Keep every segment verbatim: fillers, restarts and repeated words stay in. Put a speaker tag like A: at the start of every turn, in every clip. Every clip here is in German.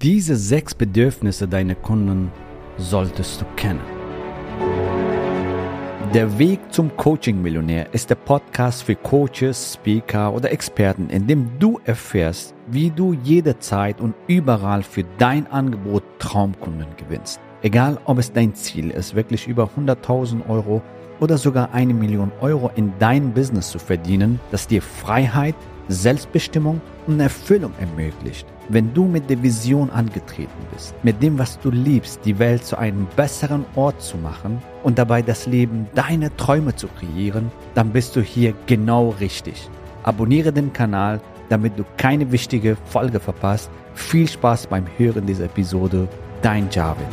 A: Diese sechs Bedürfnisse deiner Kunden solltest du kennen. Der Weg zum Coaching-Millionär ist der Podcast für Coaches, Speaker oder Experten, in dem du erfährst, wie du jederzeit und überall für dein Angebot Traumkunden gewinnst. Egal, ob es dein Ziel ist, wirklich über hunderttausend Euro oder sogar eine Million Euro in dein Business zu verdienen, das dir Freiheit, Selbstbestimmung und Erfüllung ermöglicht. Wenn du mit der Vision angetreten bist, mit dem, was du liebst, die Welt zu einem besseren Ort zu machen und dabei das Leben deiner Träume zu kreieren, dann bist du hier genau richtig. Abonniere den Kanal, damit du keine wichtige Folge verpasst. Viel Spaß beim Hören dieser Episode. Dein Javed.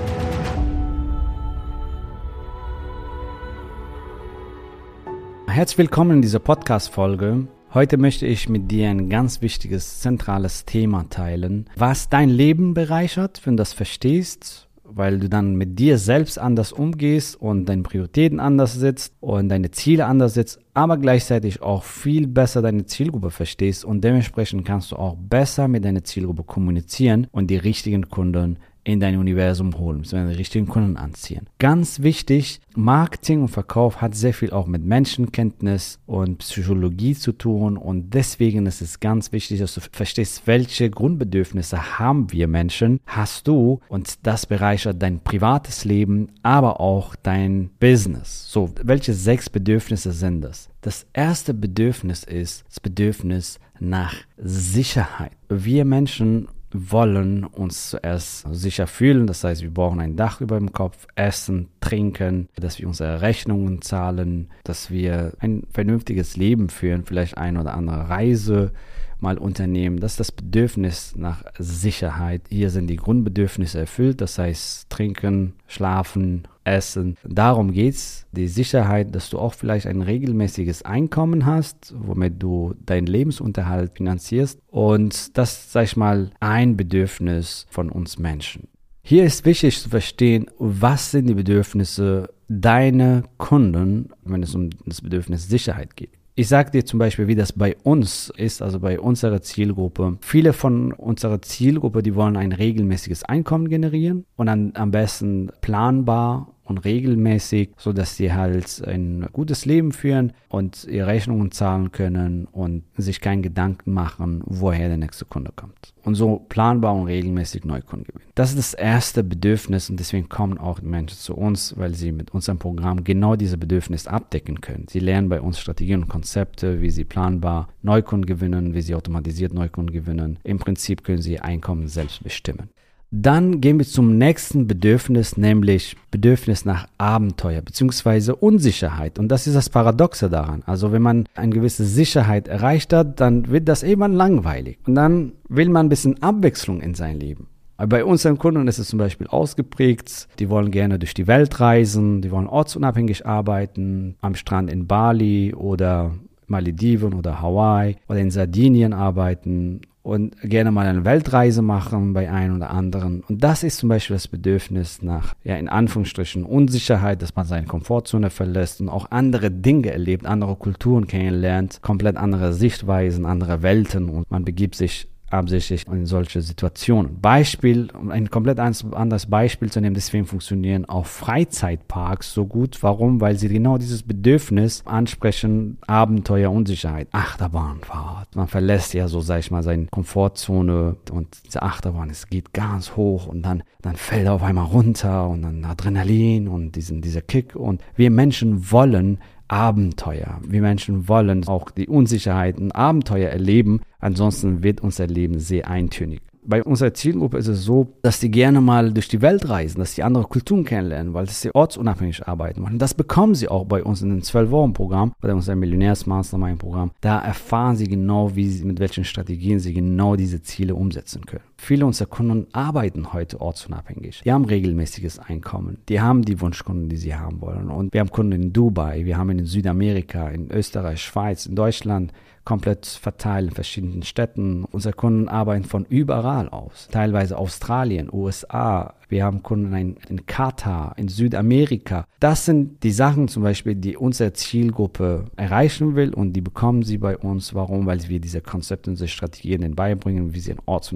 A: Herzlich willkommen in dieser Podcast-Folge. Heute möchte ich mit dir ein ganz wichtiges, zentrales Thema teilen, was dein Leben bereichert, wenn du das verstehst, weil du dann mit dir selbst anders umgehst und deine Prioritäten anders setzt und deine Ziele anders setzt, aber gleichzeitig auch viel besser deine Zielgruppe verstehst und dementsprechend kannst du auch besser mit deiner Zielgruppe kommunizieren und die richtigen Kunden in dein Universum holen, so die richtigen Kunden anziehen. Ganz wichtig, Marketing und Verkauf hat sehr viel auch mit Menschenkenntnis und Psychologie zu tun und deswegen ist es ganz wichtig, dass du verstehst, welche Grundbedürfnisse haben wir Menschen, hast du und das bereichert dein privates Leben, aber auch dein Business. So, welche sechs Bedürfnisse sind das? Das erste Bedürfnis ist das Bedürfnis nach Sicherheit. Wir Menschen wollen uns zuerst sicher fühlen, das heißt, wir brauchen ein Dach über dem Kopf, Essen, Trinken, dass wir unsere Rechnungen zahlen, dass wir ein vernünftiges Leben führen, vielleicht eine oder andere Reise mal unternehmen. Das ist das Bedürfnis nach Sicherheit. Hier sind die Grundbedürfnisse erfüllt, das heißt Trinken, Schlafen, Essen. Darum geht's. Die Sicherheit, dass du auch vielleicht ein regelmäßiges Einkommen hast, womit du deinen Lebensunterhalt finanzierst. Und das, sag ich mal, ein Bedürfnis von uns Menschen. Hier ist wichtig zu verstehen, was sind die Bedürfnisse deiner Kunden, wenn es um das Bedürfnis Sicherheit geht. Ich sage dir zum Beispiel, wie das bei uns ist, also bei unserer Zielgruppe. Viele von unserer Zielgruppe, die wollen ein regelmäßiges Einkommen generieren und dann am besten planbar und regelmäßig, so dass sie halt ein gutes Leben führen und ihre Rechnungen zahlen können und sich keinen Gedanken machen, woher der nächste Kunde kommt. Und so planbar und regelmäßig Neukunden gewinnen. Das ist das erste Bedürfnis und deswegen kommen auch die Menschen zu uns, weil sie mit unserem Programm genau diese Bedürfnisse abdecken können. Sie lernen bei uns Strategien und Konzepte, wie sie planbar Neukunden gewinnen, wie sie automatisiert Neukunden gewinnen. Im Prinzip können sie ihr Einkommen selbst bestimmen. Dann gehen wir zum nächsten Bedürfnis, nämlich Bedürfnis nach Abenteuer bzw. Unsicherheit. Und das ist das Paradoxe daran. Also wenn man eine gewisse Sicherheit erreicht hat, dann wird das irgendwann langweilig. Und dann will man ein bisschen Abwechslung in sein Leben. Aber bei unseren Kunden ist es zum Beispiel ausgeprägt. Die wollen gerne durch die Welt reisen, die wollen ortsunabhängig arbeiten, am Strand in Bali oder Malediven oder Hawaii oder in Sardinien arbeiten und gerne mal eine Weltreise machen bei einem oder anderen. Und das ist zum Beispiel das Bedürfnis nach, ja, in Anführungsstrichen Unsicherheit, dass man seine Komfortzone verlässt und auch andere Dinge erlebt, andere Kulturen kennenlernt, komplett andere Sichtweisen, andere Welten und man begibt sich absichtlich in solche Situationen. Beispiel, um ein komplett anderes Beispiel zu nehmen, deswegen funktionieren auch Freizeitparks so gut. Warum? Weil sie genau dieses Bedürfnis ansprechen, Abenteuer, Unsicherheit, Achterbahnfahrt. Man verlässt ja so, sag ich mal, seine Komfortzone und diese Achterbahn, es geht ganz hoch und dann, dann fällt er auf einmal runter und dann Adrenalin und diesen, dieser Kick und wir Menschen wollen Abenteuer. Wir Menschen wollen auch die Unsicherheiten, Abenteuer erleben, ansonsten wird unser Leben sehr eintönig. Bei unserer Zielgruppe ist es so, dass die gerne mal durch die Welt reisen, dass sie andere Kulturen kennenlernen, weil sie ortsunabhängig arbeiten wollen. Das bekommen sie auch bei uns in dem zwölf-Wochen-Programm oder unserem Millionärs-Mastermind-Programm. Da erfahren sie genau, wie sie, mit welchen Strategien sie genau diese Ziele umsetzen können. Viele unserer Kunden arbeiten heute ortsunabhängig. Die haben regelmäßiges Einkommen. Die haben die Wunschkunden, die sie haben wollen. Und wir haben Kunden in Dubai, wir haben in Südamerika, in Österreich, Schweiz, in Deutschland, komplett verteilt in verschiedenen Städten. Unsere Kunden arbeiten von überall aus. Teilweise Australien, U S A. Wir haben Kunden in, in Katar, in Südamerika. Das sind die Sachen zum Beispiel, die unsere Zielgruppe erreichen will und die bekommen sie bei uns. Warum? Weil wir diese Konzepte und diese Strategien beibringen, wie sie ein ortsunabhängiges Business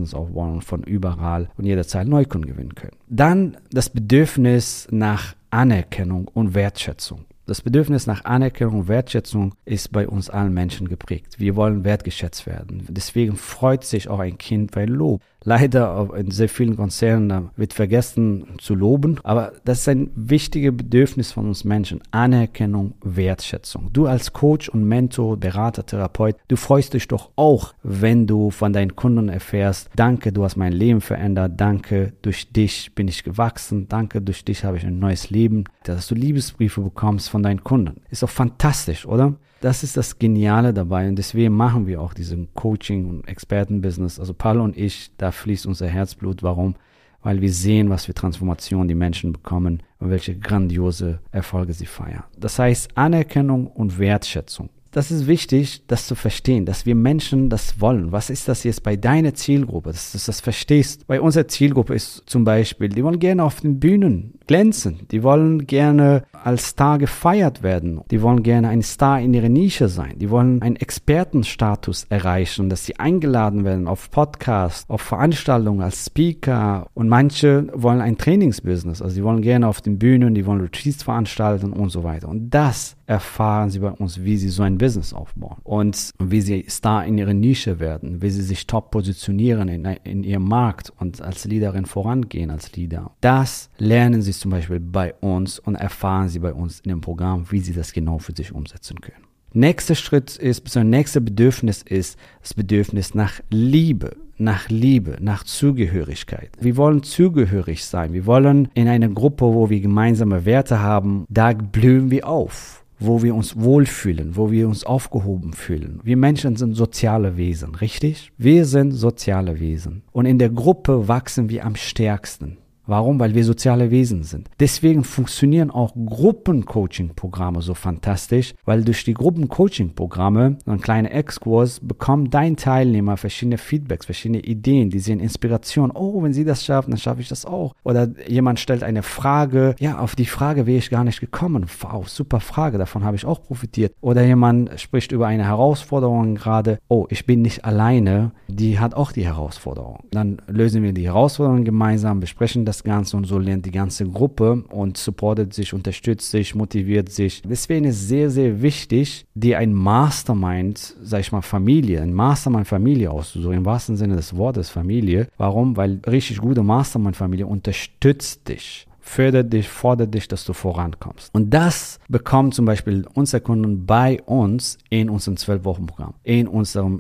A: Business aufbauen und von überall und jederzeit Neukunden gewinnen können. Dann das Bedürfnis nach Anerkennung und Wertschätzung. Das Bedürfnis nach Anerkennung und Wertschätzung ist bei uns allen Menschen geprägt. Wir wollen wertgeschätzt werden. Deswegen freut sich auch ein Kind bei Lob. Leider in sehr vielen Konzernen wird vergessen zu loben, aber das ist ein wichtiges Bedürfnis von uns Menschen. Anerkennung, Wertschätzung. Du als Coach und Mentor, Berater, Therapeut, du freust dich doch auch, wenn du von deinen Kunden erfährst, danke, du hast mein Leben verändert, danke, durch dich bin ich gewachsen, danke, durch dich habe ich ein neues Leben, dass du Liebesbriefe bekommst von deinen Kunden. Ist doch fantastisch, oder? Das ist das Geniale dabei und deswegen machen wir auch diesen Coaching- und Expertenbusiness. Also Paul und ich, da fließt unser Herzblut. Warum? Weil wir sehen, was für Transformationen die Menschen bekommen und welche grandiose Erfolge sie feiern. Das heißt Anerkennung und Wertschätzung. Das ist wichtig, das zu verstehen, dass wir Menschen das wollen. Was ist das jetzt bei deiner Zielgruppe, dass du das verstehst? Bei unserer Zielgruppe ist zum Beispiel, die wollen gerne auf den Bühnen glänzen. Die wollen gerne als Star gefeiert werden. Die wollen gerne ein Star in ihrer Nische sein. Die wollen einen Expertenstatus erreichen, dass sie eingeladen werden auf Podcasts, auf Veranstaltungen als Speaker. Und manche wollen ein Trainingsbusiness. Also die wollen gerne auf den Bühnen, die wollen Retreats veranstalten und so weiter. Und das erfahren sie bei uns, wie sie so ein Business aufbauen und wie sie Star in ihrer Nische werden, wie sie sich top positionieren in, in ihrem Markt und als Leaderin vorangehen, als Leader. Das lernen sie zum Beispiel bei uns und erfahren sie bei uns in dem Programm, wie sie das genau für sich umsetzen können. Nächster Schritt ist, das nächste Bedürfnis ist das Bedürfnis nach Liebe. Nach Liebe, nach Zugehörigkeit. Wir wollen zugehörig sein. Wir wollen in einer Gruppe, wo wir gemeinsame Werte haben, da blühen wir auf. Wo wir uns wohlfühlen, wo wir uns aufgehoben fühlen. Wir Menschen sind soziale Wesen, richtig? Wir sind soziale Wesen. Und in der Gruppe wachsen wir am stärksten. Warum? Weil wir soziale Wesen sind. Deswegen funktionieren auch Gruppencoaching-Programme so fantastisch, weil durch die Gruppencoaching-Programme, so ein kleiner Exkurs, bekommt dein Teilnehmer verschiedene Feedbacks, verschiedene Ideen, die sehen Inspiration. Oh, wenn sie das schaffen, dann schaffe ich das auch. Oder jemand stellt eine Frage, ja, auf die Frage wäre ich gar nicht gekommen. Wow, super Frage, davon habe ich auch profitiert. Oder jemand spricht über eine Herausforderung gerade, oh, ich bin nicht alleine, die hat auch die Herausforderung. Dann lösen wir die Herausforderung gemeinsam, besprechen das Das Ganze und so lernt die ganze Gruppe und supportet sich, unterstützt sich, motiviert sich. Deswegen ist sehr, sehr wichtig, dir ein Mastermind, sag ich mal Familie, ein Mastermind-Familie auszusuchen, im wahrsten Sinne des Wortes Familie. Warum? Weil richtig gute Mastermind-Familie unterstützt dich. Fördert dich, fordert dich, dass du vorankommst. Und das bekommt zum Beispiel unsere Kunden bei uns in unserem zwölf-Wochen-Programm, in unserem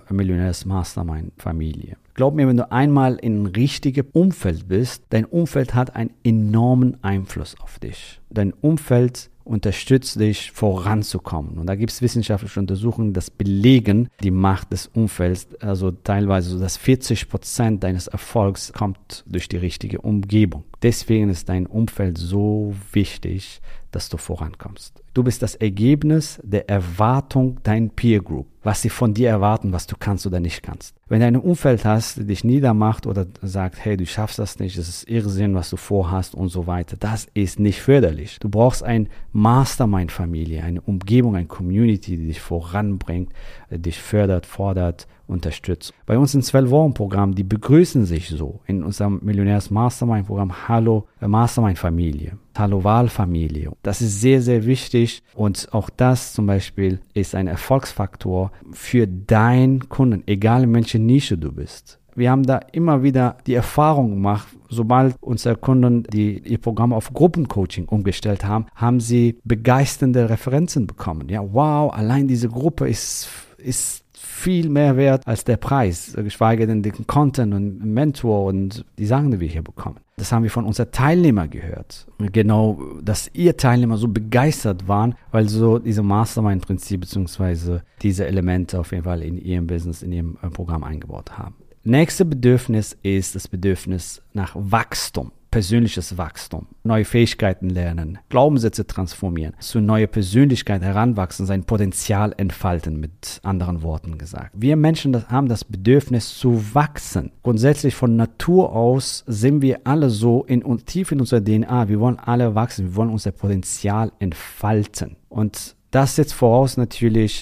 A: Millionärs-Mastermind-Familie. Glaub mir, wenn du einmal in einem richtigen Umfeld bist, dein Umfeld hat einen enormen Einfluss auf dich. Dein Umfeld unterstützt dich, voranzukommen. Und da gibt es wissenschaftliche Untersuchungen, das belegen die Macht des Umfelds. Also teilweise so, dass vierzig Prozent deines Erfolgs kommt durch die richtige Umgebung. Deswegen ist dein Umfeld so wichtig, dass du vorankommst. Du bist das Ergebnis der Erwartung deiner Peer Group, was sie von dir erwarten, was du kannst oder nicht kannst. Wenn du ein Umfeld hast, das dich niedermacht oder sagt, hey, du schaffst das nicht, das ist Irrsinn, was du vorhast und so weiter, das ist nicht förderlich. Du brauchst eine Mastermind-Familie, eine Umgebung, eine Community, die dich voranbringt, dich fördert, fordert, unterstützt. Bei uns im zwölf-Wochen-Programm, die begrüßen sich so. In unserem Millionärs-Mastermind-Programm, Hallo Mastermind-Familie, Hallo Wahlfamilie. Das ist sehr, sehr wichtig und auch das zum Beispiel ist ein Erfolgsfaktor für deinen Kunden, egal in welcher Nische du bist. Wir haben da immer wieder die Erfahrung gemacht, sobald unsere Kunden die ihr Programm auf Gruppencoaching umgestellt haben, haben sie begeisternde Referenzen bekommen. Ja, wow, allein diese Gruppe ist, ist viel mehr wert als der Preis, geschweige denn den Content und Mentor und die Sachen, die wir hier bekommen. Das haben wir von unseren Teilnehmern gehört. Genau, dass ihr Teilnehmer so begeistert waren, weil so diese Mastermind-Prinzip bzw. diese Elemente auf jeden Fall in ihrem Business, in ihrem Programm eingebaut haben. Nächste Bedürfnis ist das Bedürfnis nach Wachstum. Persönliches Wachstum, neue Fähigkeiten lernen, Glaubenssätze transformieren, zu neuer Persönlichkeit heranwachsen, sein Potenzial entfalten, mit anderen Worten gesagt. Wir Menschen das, haben das Bedürfnis zu wachsen. Grundsätzlich von Natur aus sind wir alle so in, tief in unserer D N A. Wir wollen alle wachsen, wir wollen unser Potenzial entfalten. Und das setzt voraus natürlich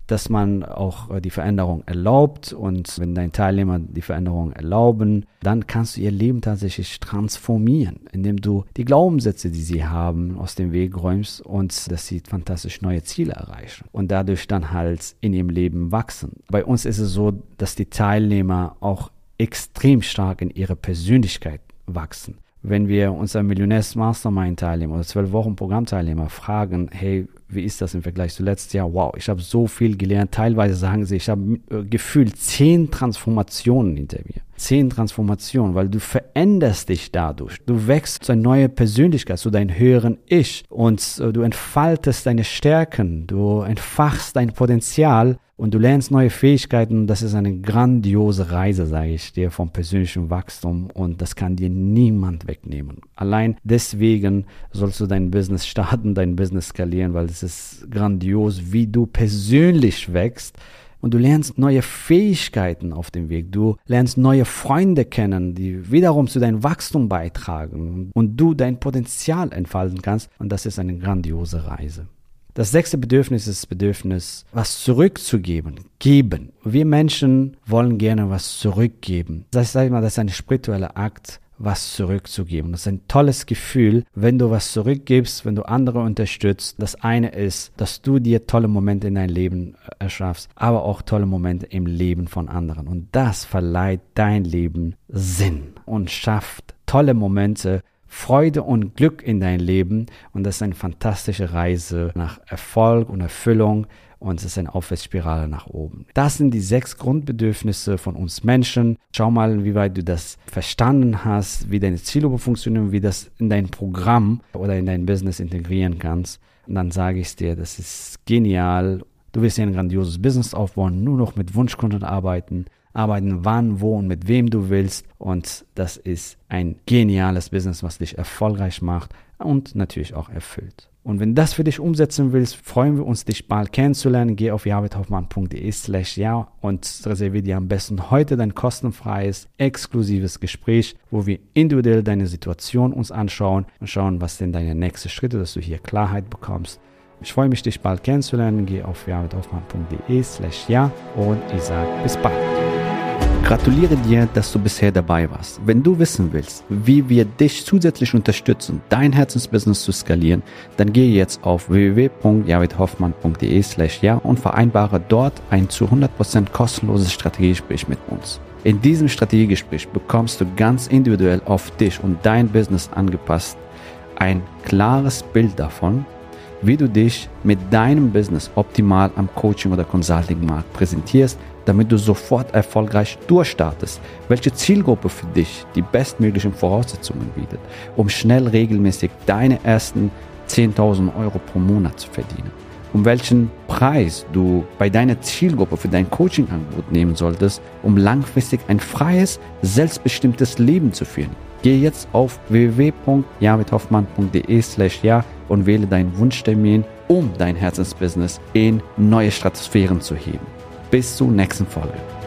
A: dass man auch die Veränderung erlaubt, und wenn deine Teilnehmer die Veränderung erlauben, dann kannst du ihr Leben tatsächlich transformieren, indem du die Glaubenssätze, die sie haben, aus dem Weg räumst und dass sie fantastisch neue Ziele erreichen und dadurch dann halt in ihrem Leben wachsen. Bei uns ist es so, dass die Teilnehmer auch extrem stark in ihre Persönlichkeit wachsen. Wenn wir unsere Millionärs-Mastermind-Teilnehmer oder zwölf Wochen Programmteilnehmer fragen, hey, wie ist das im Vergleich zu letztes Jahr? Wow, ich habe so viel gelernt. Teilweise sagen sie, ich habe äh, gefühlt zehn Transformationen hinter mir. Zehn Transformationen, weil du veränderst dich dadurch. Du wächst zu einer neuen Persönlichkeit, zu deinem höheren Ich, und äh, du entfaltest deine Stärken, du entfachst dein Potenzial und du lernst neue Fähigkeiten. Das ist eine grandiose Reise, sage ich dir, vom persönlichen Wachstum, und das kann dir niemand wegnehmen. Allein deswegen sollst du dein Business starten, dein Business skalieren, weil es ist grandios, wie du persönlich wächst. Und du lernst neue Fähigkeiten auf dem Weg. Du lernst neue Freunde kennen, die wiederum zu deinem Wachstum beitragen und du dein Potenzial entfalten kannst. Und das ist eine grandiose Reise. Das sechste Bedürfnis ist das Bedürfnis, was zurückzugeben, geben. Wir Menschen wollen gerne was zurückgeben. Das heißt, sag ich mal, das ist ein spiritueller Akt, was zurückzugeben. Das ist ein tolles Gefühl, wenn du was zurückgibst, wenn du andere unterstützt. Das eine ist, dass du dir tolle Momente in dein Leben erschaffst, aber auch tolle Momente im Leben von anderen. Und das verleiht dein Leben Sinn und schafft tolle Momente, Freude und Glück in dein Leben. Und das ist eine fantastische Reise nach Erfolg und Erfüllung. Und es ist eine Aufwärtsspirale nach oben. Das sind die sechs Grundbedürfnisse von uns Menschen. Schau mal, wie weit du das verstanden hast, wie deine Zielgruppe funktioniert, wie das in dein Programm oder in dein Business integrieren kannst. Und dann sage ich es dir, das ist genial. Du wirst hier ein grandioses Business aufbauen, nur noch mit Wunschkunden arbeiten. Arbeiten wann, wo und mit wem du willst. Und das ist ein geniales Business, was dich erfolgreich macht und natürlich auch erfüllt. Und wenn das für dich umsetzen willst, freuen wir uns, dich bald kennenzulernen. Geh auf javidhoffmann.de slash ja und reserviere dir am besten heute dein kostenfreies, exklusives Gespräch, wo wir individuell deine Situation uns anschauen und schauen, was denn deine nächsten Schritte, dass du hier Klarheit bekommst. Ich freue mich, dich bald kennenzulernen. Geh auf javidhoffmann.de slash ja und ich sage bis bald. Gratuliere dir, dass du bisher dabei warst. Wenn du wissen willst, wie wir dich zusätzlich unterstützen, dein Herzensbusiness zu skalieren, dann gehe jetzt auf w w w punkt javidhoffmann.de slash ja und vereinbare dort ein zu hundert Prozent kostenloses Strategiegespräch mit uns. In diesem Strategiegespräch bekommst du ganz individuell auf dich und dein Business angepasst ein klares Bild davon, wie du dich mit deinem Business optimal am Coaching- oder Consulting-Markt präsentierst, damit du sofort erfolgreich durchstartest, welche Zielgruppe für dich die bestmöglichen Voraussetzungen bietet, um schnell regelmäßig deine ersten zehntausend Euro pro Monat zu verdienen, um welchen Preis du bei deiner Zielgruppe für dein Coaching-Angebot nehmen solltest, um langfristig ein freies, selbstbestimmtes Leben zu führen. Gehe jetzt auf w w w punkt javidhoffmann.de slash ja und wähle deinen Wunschtermin, um dein Herzensbusiness in neue Stratosphären zu heben. Bis zur nächsten Folge.